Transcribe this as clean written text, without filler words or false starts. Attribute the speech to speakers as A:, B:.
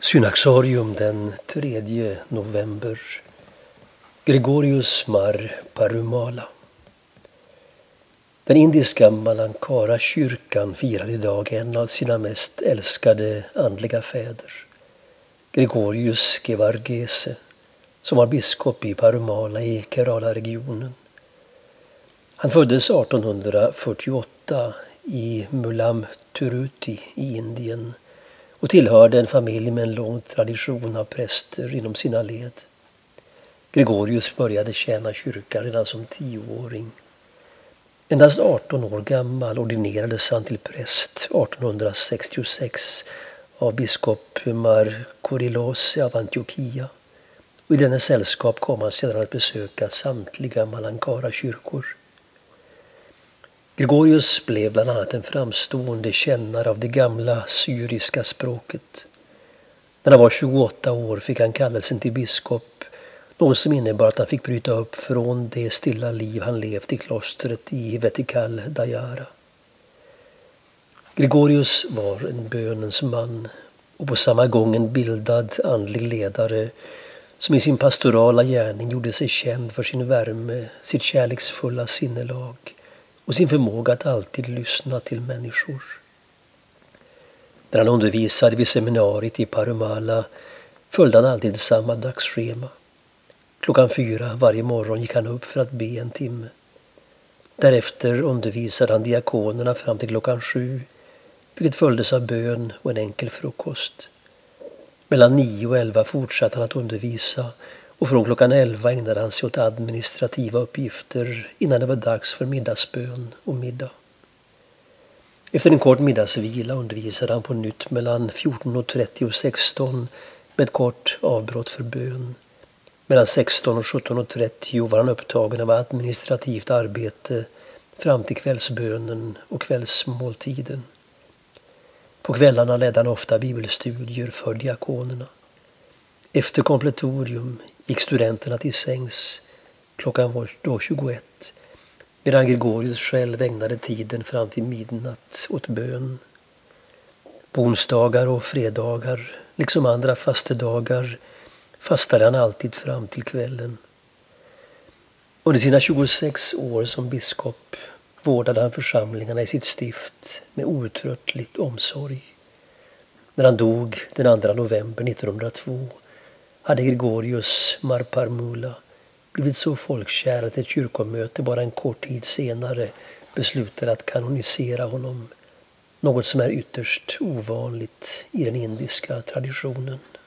A: Synaxarium den 3 november. Gregorius Mar Parumala. Den indiska Malankara-kyrkan firar idag en av sina mest älskade andliga fäder, Gregorius Gevargese, som var biskop i Parumala i Kerala-regionen. Han föddes 1848 i Mulam Turuti i Indien och tillhörde en familj med en lång tradition av präster inom sina led. Gregorius började tjäna kyrkan redan som 10-åring. Endast 18 år gammal ordinerades han till präst 1866 av biskop Mar Korilose av Antiochia, och i dennes sällskap kom han sedan att besöka samtliga Malankara-kyrkor. Gregorius blev bland annat en framstående kännare av det gamla syriska språket. När han var 28 år fick han kallelsen till biskop, något som innebar att han fick bryta upp från det stilla liv han levt i klostret i Vetikal Dayara. Gregorius var en bönens man och på samma gång en bildad andlig ledare som i sin pastorala gärning gjorde sig känd för sin värme, sitt kärleksfulla sinnelag och sin förmåga att alltid lyssna till människor. När han undervisade vid seminariet i Parumala följde han alltid samma dagsschema. Klockan 4 varje morgon gick han upp för att be en timme. Därefter undervisade han diakonerna fram till klockan 7, vilket följdes av bön och en enkel frukost. Mellan 9 och 11 fortsatte han att undervisa, och från klockan 11 ägnade han sig åt administrativa uppgifter innan det var dags för middagsbön och middag. Efter en kort middagsvila undervisade han på nytt mellan 14.30 och 16 med ett kort avbrott för bön. Mellan 16 och 17.30 var han upptagen av administrativt arbete fram till kvällsbönen och kvällsmåltiden. På kvällarna ledde han ofta bibelstudier för diakonerna. Efter kompletorium gick studenterna till sängs. Klockan var då 21, medan Gregorius själv ägnade tiden fram till midnatt åt bön. På onsdagar och fredagar, liksom andra fastedagar, fastade han alltid fram till kvällen. Under sina 26 år som biskop vårdade han församlingarna i sitt stift med outtröttligt omsorg. När han dog den 2 november 1902 hade Gregorius Mar Parumala blivit så folkkär att ett kyrkomöte bara en kort tid senare beslutade att kanonisera honom, något som är ytterst ovanligt i den indiska traditionen.